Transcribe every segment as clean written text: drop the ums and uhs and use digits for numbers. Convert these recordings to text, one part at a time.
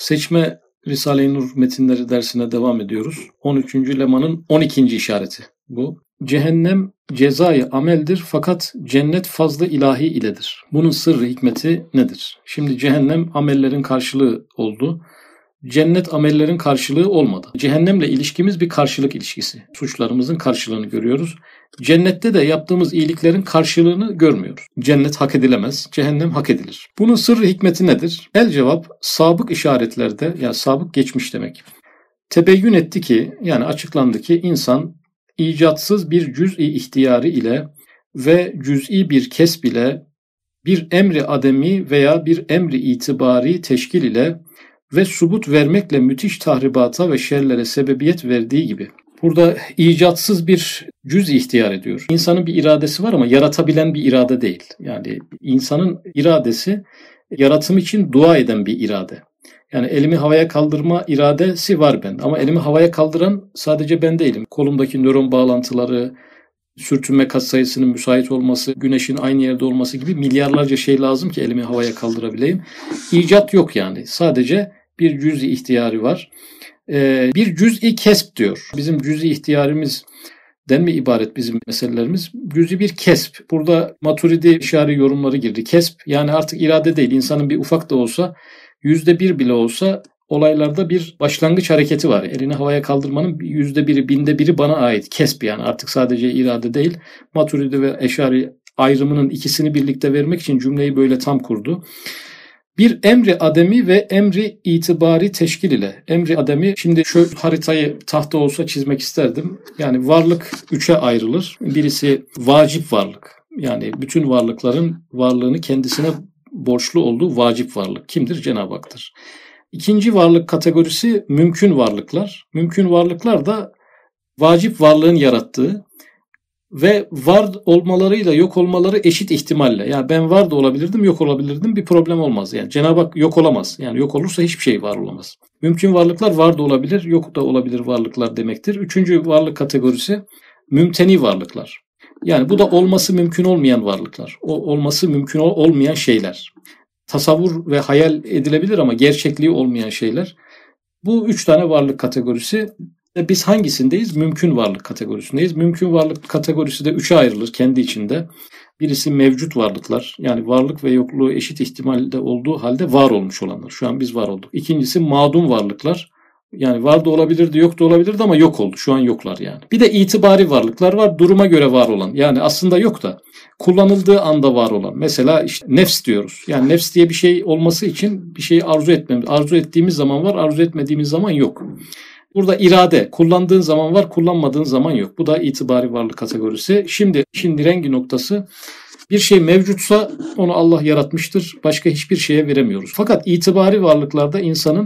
Seçme Risale-i Nur metinleri dersine devam ediyoruz. 13. lemanın 12. işareti bu. Cehennem cezayı ameldir fakat cennet fazlı ilahi iledir. Bunun sırrı hikmeti nedir? Şimdi cehennem amellerin karşılığı oldu. Cennet amellerin karşılığı olmadı. Cehennemle ilişkimiz bir karşılık ilişkisi. Suçlarımızın karşılığını görüyoruz. Cennette de yaptığımız iyiliklerin karşılığını görmüyoruz. Cennet hak edilemez, cehennem hak edilir. Bunun sırrı hikmeti nedir? El cevap, sabık işaretlerde, yani sabık geçmiş demek. Tebeyyün etti ki, yani açıklandı ki insan icatsız bir cüz-i ihtiyari ile ve cüz'i bir kesb ile bir emri ademi veya bir emri itibari teşkil ile ve subut vermekle müthiş tahribata ve şerlere sebebiyet verdiği gibi. Burada icatsız bir cüz ihtiyar ediyor. İnsanın bir iradesi var ama yaratabilen bir irade değil. Yani insanın iradesi yaratım için dua eden bir irade. Yani elimi havaya kaldırma iradesi var bende ama elimi havaya kaldıran sadece ben değilim. Kolumdaki nöron bağlantıları, sürtünme katsayısının müsait olması, güneşin aynı yerde olması gibi milyarlarca şey lazım ki elimi havaya kaldırabileyim. İcat yok yani. Sadece bir cüz-i ihtiyarı var. Bir cüz-i kesb diyor. Bizim cüz-i ihtiyarimizden mi ibaret bizim meselelerimiz? Cüz-i bir kesb. Burada Maturidi işari yorumları girdi. Kesb yani artık irade değil. İnsanın bir ufak da olsa, %1 bile olsa olaylarda bir başlangıç hareketi var. Elini havaya kaldırmanın %1'i, binde biri bana ait. Kesb yani artık sadece irade değil. Maturidi ve Eşari ayrımının ikisini birlikte vermek için cümleyi böyle tam kurdu. Bir emri ademi ve emri itibari teşkil ile. Emri ademi, şimdi şu haritayı tahta olsa çizmek isterdim. Yani varlık 3'e ayrılır. Birisi vacip varlık. Yani bütün varlıkların varlığını kendisine borçlu olduğu vacip varlık. Kimdir? Cenab-ı Hak'tır. İkinci varlık kategorisi mümkün varlıklar. Mümkün varlıklar da vacip varlığın yarattığı ve var olmalarıyla yok olmaları eşit ihtimalle. Yani ben var da olabilirdim, yok olabilirdim, bir problem olmaz. Yani Cenab-ı Hak yok olamaz. Yani yok olursa hiçbir şey var olamaz. Mümkün varlıklar var da olabilir, yok da olabilir varlıklar demektir. Üçüncü varlık kategorisi mümteni varlıklar. Yani bu da olması mümkün olmayan varlıklar. O olması mümkün olmayan şeyler. Tasavvur ve hayal edilebilir ama gerçekliği olmayan şeyler. Bu 3 tane varlık kategorisi. Biz hangisindeyiz? Mümkün varlık kategorisindeyiz. Mümkün varlık kategorisi de 3'e ayrılır kendi içinde. Birisi mevcut varlıklar. Yani varlık ve yokluğu eşit ihtimalde olduğu halde var olmuş olanlar. Şu an biz var olduk. İkincisi madum varlıklar. Yani var da olabilirdi, yok da olabilirdi ama yok oldu. Şu an yoklar yani. Bir de itibari varlıklar var. Duruma göre var olan. Yani aslında yok da kullanıldığı anda var olan. Mesela işte nefs diyoruz. Yani nefs diye bir şey olması için bir şeyi arzu etmemiz. Arzu ettiğimiz zaman var, arzu etmediğimiz zaman yok. Burada irade, kullandığın zaman var, kullanmadığın zaman yok. Bu da itibari varlık kategorisi. Şimdi işin rengi noktası, bir şey mevcutsa onu Allah yaratmıştır. Başka hiçbir şeye veremiyoruz. Fakat itibari varlıklarda insanın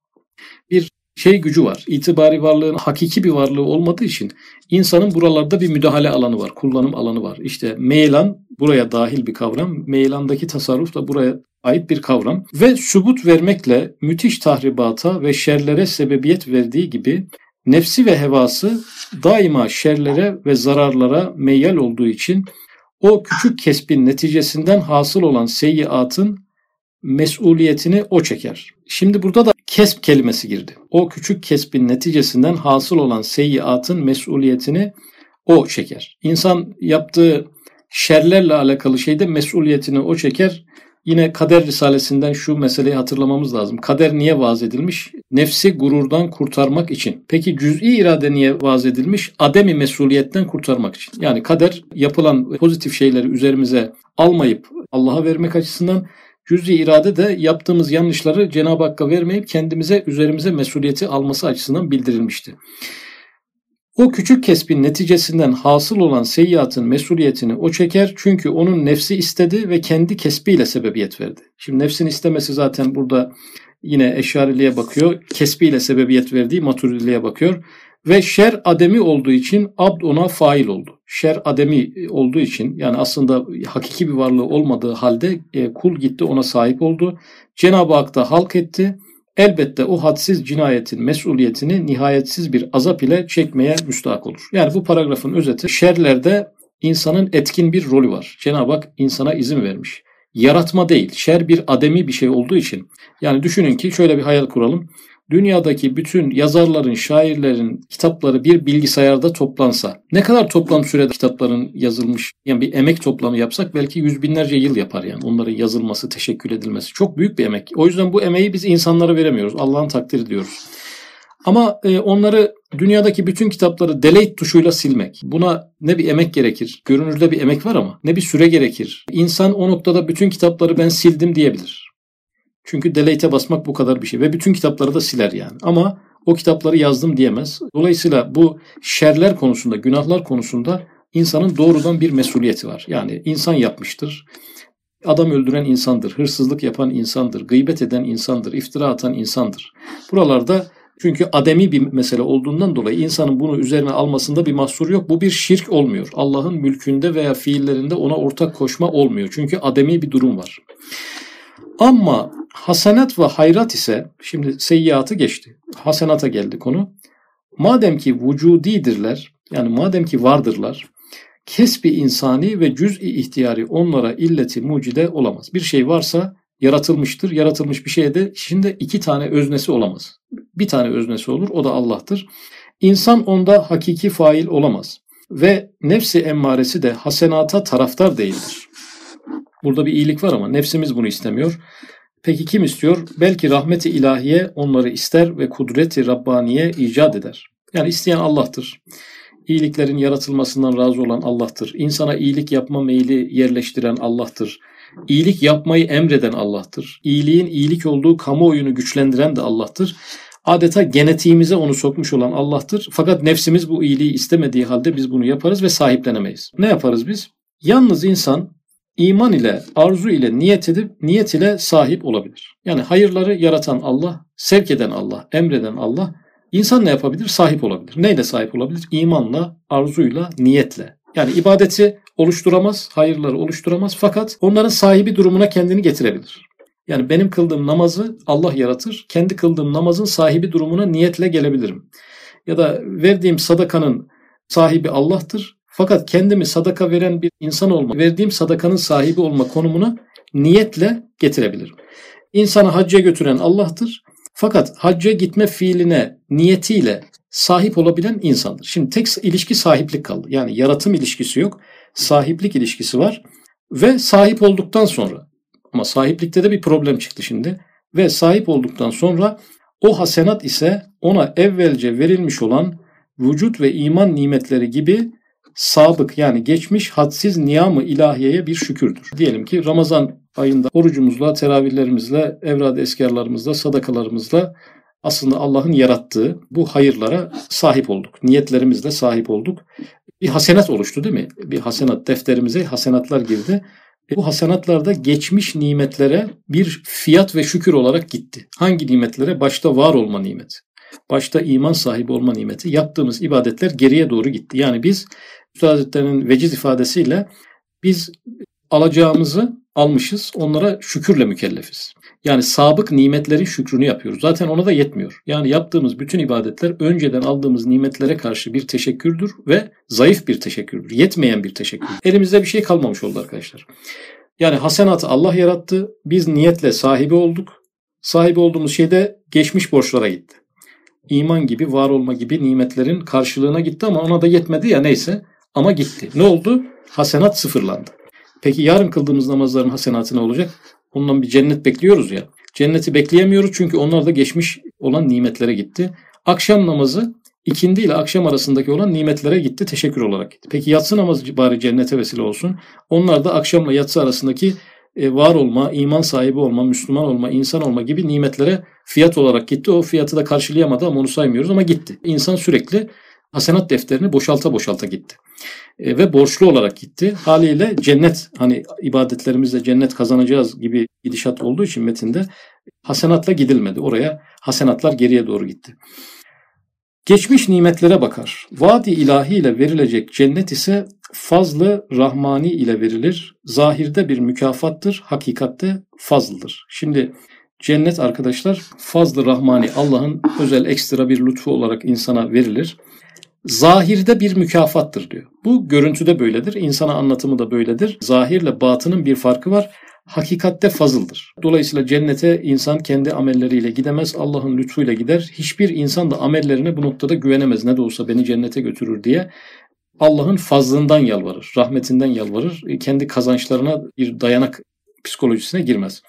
bir gücü var. İtibari varlığın hakiki bir varlığı olmadığı için insanın buralarda bir müdahale alanı var, kullanım alanı var. İşte meylan buraya dahil bir kavram. Meylandaki tasarruf da buraya ait bir kavram. Ve subut vermekle müthiş tahribata ve şerlere sebebiyet verdiği gibi nefsi ve hevası daima şerlere ve zararlara meyyal olduğu için o küçük kesbin neticesinden hasıl olan seyyiatın mesuliyetini o çeker. Şimdi burada da kesb kelimesi girdi. O küçük kesbin neticesinden hasıl olan seyyiatın mesuliyetini o çeker. İnsan yaptığı şerlerle alakalı şeyde mesuliyetini o çeker. Yine Kader Risalesinden şu meseleyi hatırlamamız lazım. Kader niye vaaz edilmiş? Nefsi gururdan kurtarmak için. Peki cüz'i irade niye vaaz edilmiş? Ademi mesuliyetten kurtarmak için. Yani kader yapılan pozitif şeyleri üzerimize almayıp Allah'a vermek açısından, cüz'i irade de yaptığımız yanlışları Cenab-ı Hakk'a vermeyip kendimize, üzerimize mesuliyeti alması açısından bildirilmişti. O küçük kesbin neticesinden hasıl olan seyyiatın mesuliyetini o çeker çünkü onun nefsi istedi ve kendi kesbiyle sebebiyet verdi. Şimdi nefsin istemesi zaten burada yine Eşariliğe bakıyor, kesbiyle sebebiyet verdiği Maturidiliğe bakıyor. Ve şer ademi olduğu için abd ona fail oldu. Şer ademi olduğu için, yani aslında hakiki bir varlığı olmadığı halde kul gitti ona sahip oldu. Cenab-ı Hak da halk etti. Elbette o hadsiz cinayetin mesuliyetini nihayetsiz bir azap ile çekmeye müstahak olur. Yani bu paragrafın özeti, şerlerde insanın etkin bir rolü var. Cenab-ı Hak insana izin vermiş. yaratma değil. Şer bir ademi bir şey olduğu için. Yani düşünün ki şöyle bir hayal kuralım. Dünyadaki bütün yazarların, şairlerin kitapları bir bilgisayarda toplansa, ne kadar toplam sürede kitapların yazılmış, yani bir emek toplamı yapsak belki yüz binlerce yıl yapar yani. Onların yazılması, teşekkür edilmesi çok büyük bir emek. O yüzden bu emeği biz insanlara veremiyoruz. Allah'ın takdiri diyoruz. Ama onları, dünyadaki bütün kitapları delete tuşuyla silmek. Buna ne bir emek gerekir, görünürde bir emek var ama ne bir süre gerekir. İnsan o noktada bütün kitapları ben sildim diyebilir. Çünkü delete'e basmak bu kadar bir şey ve bütün kitapları da siler yani. Ama o kitapları yazdım diyemez. Dolayısıyla bu şerler konusunda, günahlar konusunda insanın doğrudan bir mesuliyeti var. Yani insan yapmıştır. Adam öldüren insandır, hırsızlık yapan insandır, gıybet eden insandır, iftira atan insandır. Buralarda çünkü ademi bir mesele olduğundan dolayı insanın bunu üzerine almasında bir mahsur yok. Bu bir şirk olmuyor. Allah'ın mülkünde veya fiillerinde ona ortak koşma olmuyor. Çünkü ademi bir durum var. Ama hasenat ve hayrat ise, şimdi seyyiatı geçti. Hasenata geldi konu. Madem ki vücudidirler, yani madem ki vardırlar, kesbi insani ve cüz-i ihtiyari onlara illeti mucide olamaz. Bir şey varsa yaratılmıştır. Yaratılmış bir şeye de şimdi iki tane öznesi olamaz. Bir tane öznesi olur, o da Allah'tır. İnsan onda hakiki fail olamaz. Ve nefsi emmaresi de hasenata taraftar değildir. Burada bir iyilik var ama nefsimiz bunu istemiyor. Peki kim istiyor? Belki rahmeti ilahiye onları ister ve kudreti Rabbaniye icat eder. Yani isteyen Allah'tır. İyiliklerin yaratılmasından razı olan Allah'tır. İnsana iyilik yapma meyli yerleştiren Allah'tır. İyilik yapmayı emreden Allah'tır. İyiliğin iyilik olduğu kamuoyunu güçlendiren de Allah'tır. Adeta genetiğimize onu sokmuş olan Allah'tır. Fakat nefsimiz bu iyiliği istemediği halde biz bunu yaparız ve sahiplenemeyiz. Ne yaparız biz? Yalnız insan iman ile, arzu ile, niyet ile sahip olabilir. Yani hayırları yaratan Allah, sevk eden Allah, emreden Allah. İnsan ne yapabilir? Sahip olabilir. Neyle sahip olabilir? İmanla, arzuyla, niyetle. Yani ibadeti oluşturamaz, hayırları oluşturamaz fakat onların sahibi durumuna kendini getirebilir. Yani benim kıldığım namazı Allah yaratır, kendi kıldığım namazın sahibi durumuna niyetle gelebilirim. Ya da verdiğim sadakanın sahibi Allah'tır. Fakat kendimi sadaka veren bir insan olma, verdiğim sadakanın sahibi olma konumuna niyetle getirebilirim. İnsanı hacca götüren Allah'tır. Fakat hacca gitme fiiline, niyetiyle sahip olabilen insandır. Şimdi tek ilişki sahiplik kaldı. Yani yaratım ilişkisi yok. Sahiplik ilişkisi var. Ve sahip olduktan sonra, ama sahiplikte de bir problem çıktı şimdi. Ve sahip olduktan sonra o hasenat ise ona evvelce verilmiş olan vücut ve iman nimetleri gibi sabık, yani geçmiş hadsiz niyam-ı ilahiyeye bir şükürdür. Diyelim ki Ramazan ayında orucumuzla, teravihlerimizle, evrad-ı eskarlarımızla, sadakalarımızla aslında Allah'ın yarattığı bu hayırlara sahip olduk. Niyetlerimizle sahip olduk. Bir hasenat oluştu değil mi? Bir hasenat, defterimize hasenatlar girdi. Bu hasenatlar da geçmiş nimetlere bir fiyat ve şükür olarak gitti. Hangi nimetlere? Başta var olma nimeti. Başta iman sahibi olma nimeti. Yaptığımız ibadetler geriye doğru gitti. Yani biz Üstad Hazretleri'nin veciz ifadesiyle biz alacağımızı almışız, onlara şükürle mükellefiz. Yani sabık nimetlerin şükrünü yapıyoruz. Zaten ona da yetmiyor. Yani yaptığımız bütün ibadetler önceden aldığımız nimetlere karşı bir teşekkürdür ve zayıf bir teşekkürdür. Yetmeyen bir teşekkürdür. Elimizde bir şey kalmamış oldu arkadaşlar. Yani hasenatı Allah yarattı. Biz niyetle sahibi olduk. Sahibi olduğumuz şey de geçmiş borçlara gitti. İman gibi, var olma gibi nimetlerin karşılığına gitti ama ona da yetmedi ya, neyse. Ama gitti. Ne oldu? Hasenat sıfırlandı. Peki yarın kıldığımız namazların hasenatı ne olacak? Ondan bir cennet bekliyoruz ya. Cenneti bekleyemiyoruz çünkü onlar da geçmiş olan nimetlere gitti. Akşam namazı ikindi ile akşam arasındaki olan nimetlere gitti, teşekkür olarak gitti. Peki yatsı namazı bari cennete vesile olsun. Onlar da akşamla yatsı arasındaki var olma, iman sahibi olma, Müslüman olma, insan olma gibi nimetlere fiyat olarak gitti. O fiyatı da karşılayamadı ama onu saymıyoruz ama gitti. İnsan sürekli hasenat defterini boşalta gitti. Ve borçlu olarak gitti. Haliyle cennet, hani ibadetlerimizle cennet kazanacağız gibi gidişat olduğu için metinde hasenatla gidilmedi. Oraya hasenatlar geriye doğru gitti. Geçmiş nimetlere bakar. Vadi ilahi ile verilecek cennet ise fazlı rahmani ile verilir. Zahirde bir mükafattır, hakikatte fazlıdır. Şimdi cennet arkadaşlar fazlı rahmani, Allah'ın özel ekstra bir lütfu olarak insana verilir. Zahirde bir mükafattır diyor. Bu görüntüde böyledir. İnsana anlatımı da böyledir. Zahirle batının bir farkı var. hakikatte fazıldır. Dolayısıyla cennete insan kendi amelleriyle gidemez, Allah'ın lütfuyla gider. Hiçbir insan da amellerine bu noktada güvenemez. Ne de olsa beni cennete götürür diye Allah'ın fazlından yalvarır, rahmetinden yalvarır. Kendi kazançlarına bir dayanak psikolojisine girmez.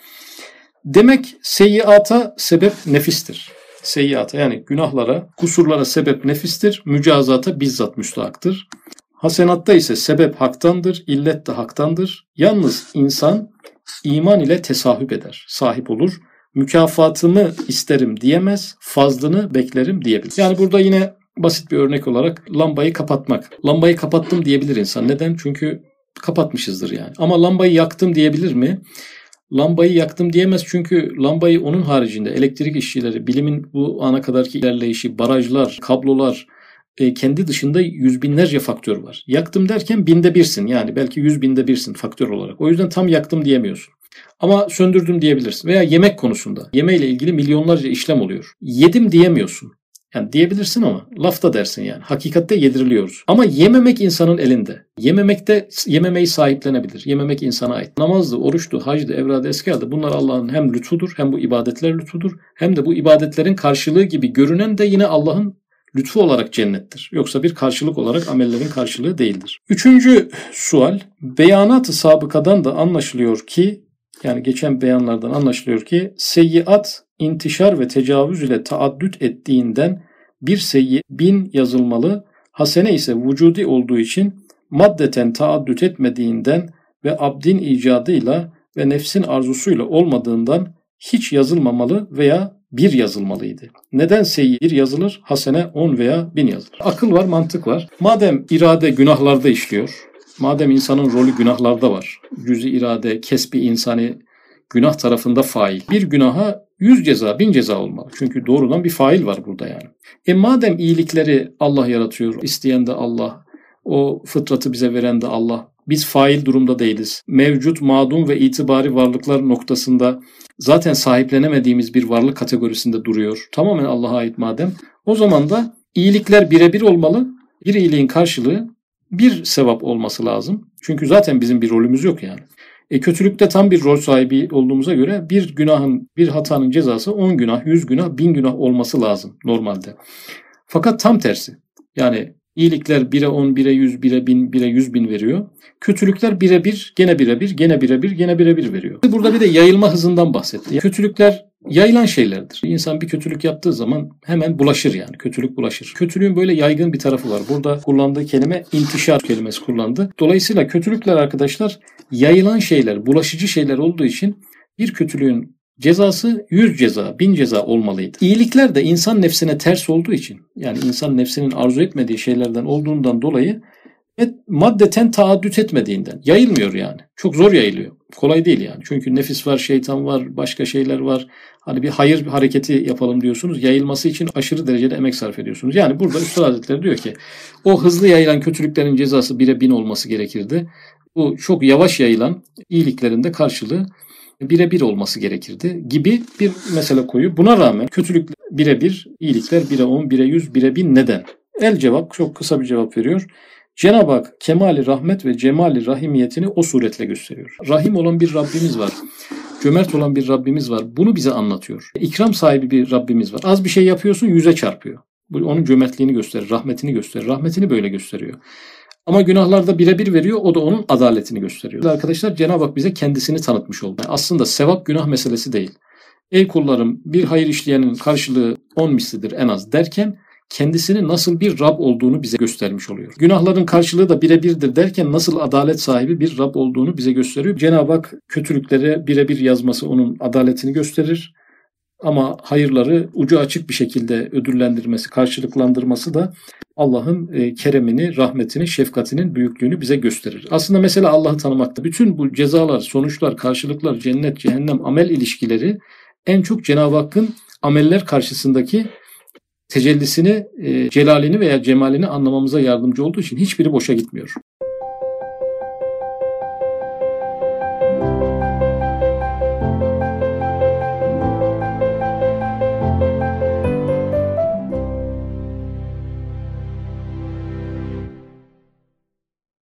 Demek seyyiata sebep nefistir. Seyyiata yani günahlara, kusurlara sebep nefistir, mücazata bizzat müstahaktır. Hasenatta ise sebep haktandır, illet de haktandır. Yalnız insan iman ile tesahüp eder, sahip olur. Mükafatımı isterim diyemez, fazlını beklerim diyebilir. Yani burada yine basit bir örnek olarak lambayı kapatmak. Lambayı kapattım diyebilir insan. Neden? Çünkü kapatmışızdır yani. Ama lambayı yaktım diyebilir mi? Lambayı yaktım diyemez çünkü lambayı onun haricinde elektrik işçileri, bilimin bu ana kadarki ilerleyişi, barajlar, kablolar, kendi dışında yüz binlerce faktör var. Yaktım derken binde birsin yani belki 100 binde birsin faktör olarak. O yüzden tam yaktım diyemiyorsun. Ama söndürdüm diyebilirsin. Veya yemek konusunda. Yemeğiyle ilgili milyonlarca işlem oluyor. Yedim diyemiyorsun. Yani diyebilirsin ama lafta dersin yani. Hakikatte yediriliyoruz. Ama yememek insanın elinde. Yememeyi sahiplenebilir. Yememek insana ait. Namazdı, oruçtu, hacdı, evradı, eskardı. Bunlar Allah'ın hem lütfudur, hem bu ibadetler lütfudur. Hem de bu ibadetlerin karşılığı gibi görünen de yine Allah'ın lütfu olarak cennettir. Yoksa bir karşılık olarak amellerin karşılığı değildir. Üçüncü sual, beyanat-ı sabıkadan da anlaşılıyor ki, yani geçen beyanlardan anlaşılıyor ki, seyyiat intişar ve tecavüz ile taaddüt ettiğinden bir seyyi 1000 yazılmalı, hasene ise vücudi olduğu için maddeten taaddüt etmediğinden ve abdin icadıyla ve nefsin arzusuyla olmadığından hiç yazılmamalı veya 1 yazılmalıydı. Neden seyyi 1 yazılır, hasene 10 veya 1000 yazılır? Akıl var, mantık var. Madem irade günahlarda işliyor, madem insanın rolü günahlarda var, cüz-i irade, kesbi insani günah tarafında fail. Bir günaha 100 ceza, 1000 ceza olmalı. Çünkü doğrudan bir fail var burada yani. Madem iyilikleri Allah yaratıyor, isteyen de Allah, o fıtratı bize veren de Allah, biz fail durumda değiliz. Mevcut, madum ve itibari varlıklar noktasında zaten sahiplenemediğimiz bir varlık kategorisinde duruyor. Tamamen Allah'a ait madem. O zaman da iyilikler birebir olmalı. Bir iyiliğin karşılığı bir sevap olması lazım. Çünkü zaten bizim bir rolümüz yok yani. Kötülükte tam bir rol sahibi olduğumuza göre bir günahın, bir hatanın cezası 10 günah, 100 günah, 1000 günah olması lazım normalde. Fakat tam tersi. Yani iyilikler 1'e 10, 1'e 100, 1'e 1000, 1'e 100 bin veriyor. Kötülükler 1'e 1, gene 1'e 1, gene 1'e 1, gene 1'e 1 veriyor. Burada bir de yayılma hızından bahsetti. Kötülükler yayılan şeylerdir. İnsan bir kötülük yaptığı zaman hemen bulaşır yani. Kötülük bulaşır. Kötülüğün böyle yaygın bir tarafı var. Burada kullandığı kelime intişar kelimesi kullandı. Dolayısıyla kötülükler arkadaşlar yayılan şeyler, bulaşıcı şeyler olduğu için bir kötülüğün cezası 100 ceza, 1000 ceza olmalıydı. İyilikler de insan nefsine ters olduğu için, yani insan nefsinin arzu etmediği şeylerden olduğundan dolayı maddeten taaddüt etmediğinden yayılmıyor yani. Çok zor yayılıyor. Kolay değil yani. Çünkü nefis var, şeytan var, başka şeyler var. Hani bir hayır hareketi yapalım diyorsunuz. Yayılması için aşırı derecede emek sarf ediyorsunuz. Yani burada Üstad Hazretleri diyor ki o hızlı yayılan kötülüklerin cezası 1'e 1000 olması gerekirdi. Bu çok yavaş yayılan iyiliklerin de karşılığı 1'e 1 olması gerekirdi gibi bir mesele koyuyor. Buna rağmen kötülük 1'e 1, iyilikler 1'e 10, 1'e 100, 1'e 1000 neden? Cevap çok kısa bir cevap veriyor. Cenab-ı Hak kemali rahmet ve cemali rahimiyetini o suretle gösteriyor. Rahim olan bir Rabbimiz var. Cömert olan bir Rabbimiz var. Bunu bize anlatıyor. İkram sahibi bir Rabbimiz var. Az bir şey yapıyorsun 100'e çarpıyor. Bu onun cömertliğini gösterir, rahmetini gösterir. Rahmetini böyle gösteriyor. Ama günahlarda 1'e 1 veriyor. O da onun adaletini gösteriyor. Arkadaşlar Cenab-ı Hak bize kendisini tanıtmış oldu. Yani aslında sevap günah meselesi değil. Ey kullarım bir hayır işleyenin karşılığı 10 mislidir en az derken kendisini nasıl bir Rab olduğunu bize göstermiş oluyor. Günahların karşılığı da 1'e 1'dir derken nasıl adalet sahibi bir Rab olduğunu bize gösteriyor. Cenab-ı Hak kötülüklere 1'e 1 yazması onun adaletini gösterir. Ama hayırları ucu açık bir şekilde ödüllendirmesi, karşılıklandırması da Allah'ın keremini, rahmetini, şefkatinin büyüklüğünü bize gösterir. Aslında mesele Allah'ı tanımakta. Bütün bu cezalar, sonuçlar, karşılıklar, cennet, cehennem, amel ilişkileri en çok Cenab-ı Hakk'ın ameller karşısındaki tecellisini, celalini veya cemalini anlamamıza yardımcı olduğu için hiçbiri boşa gitmiyor.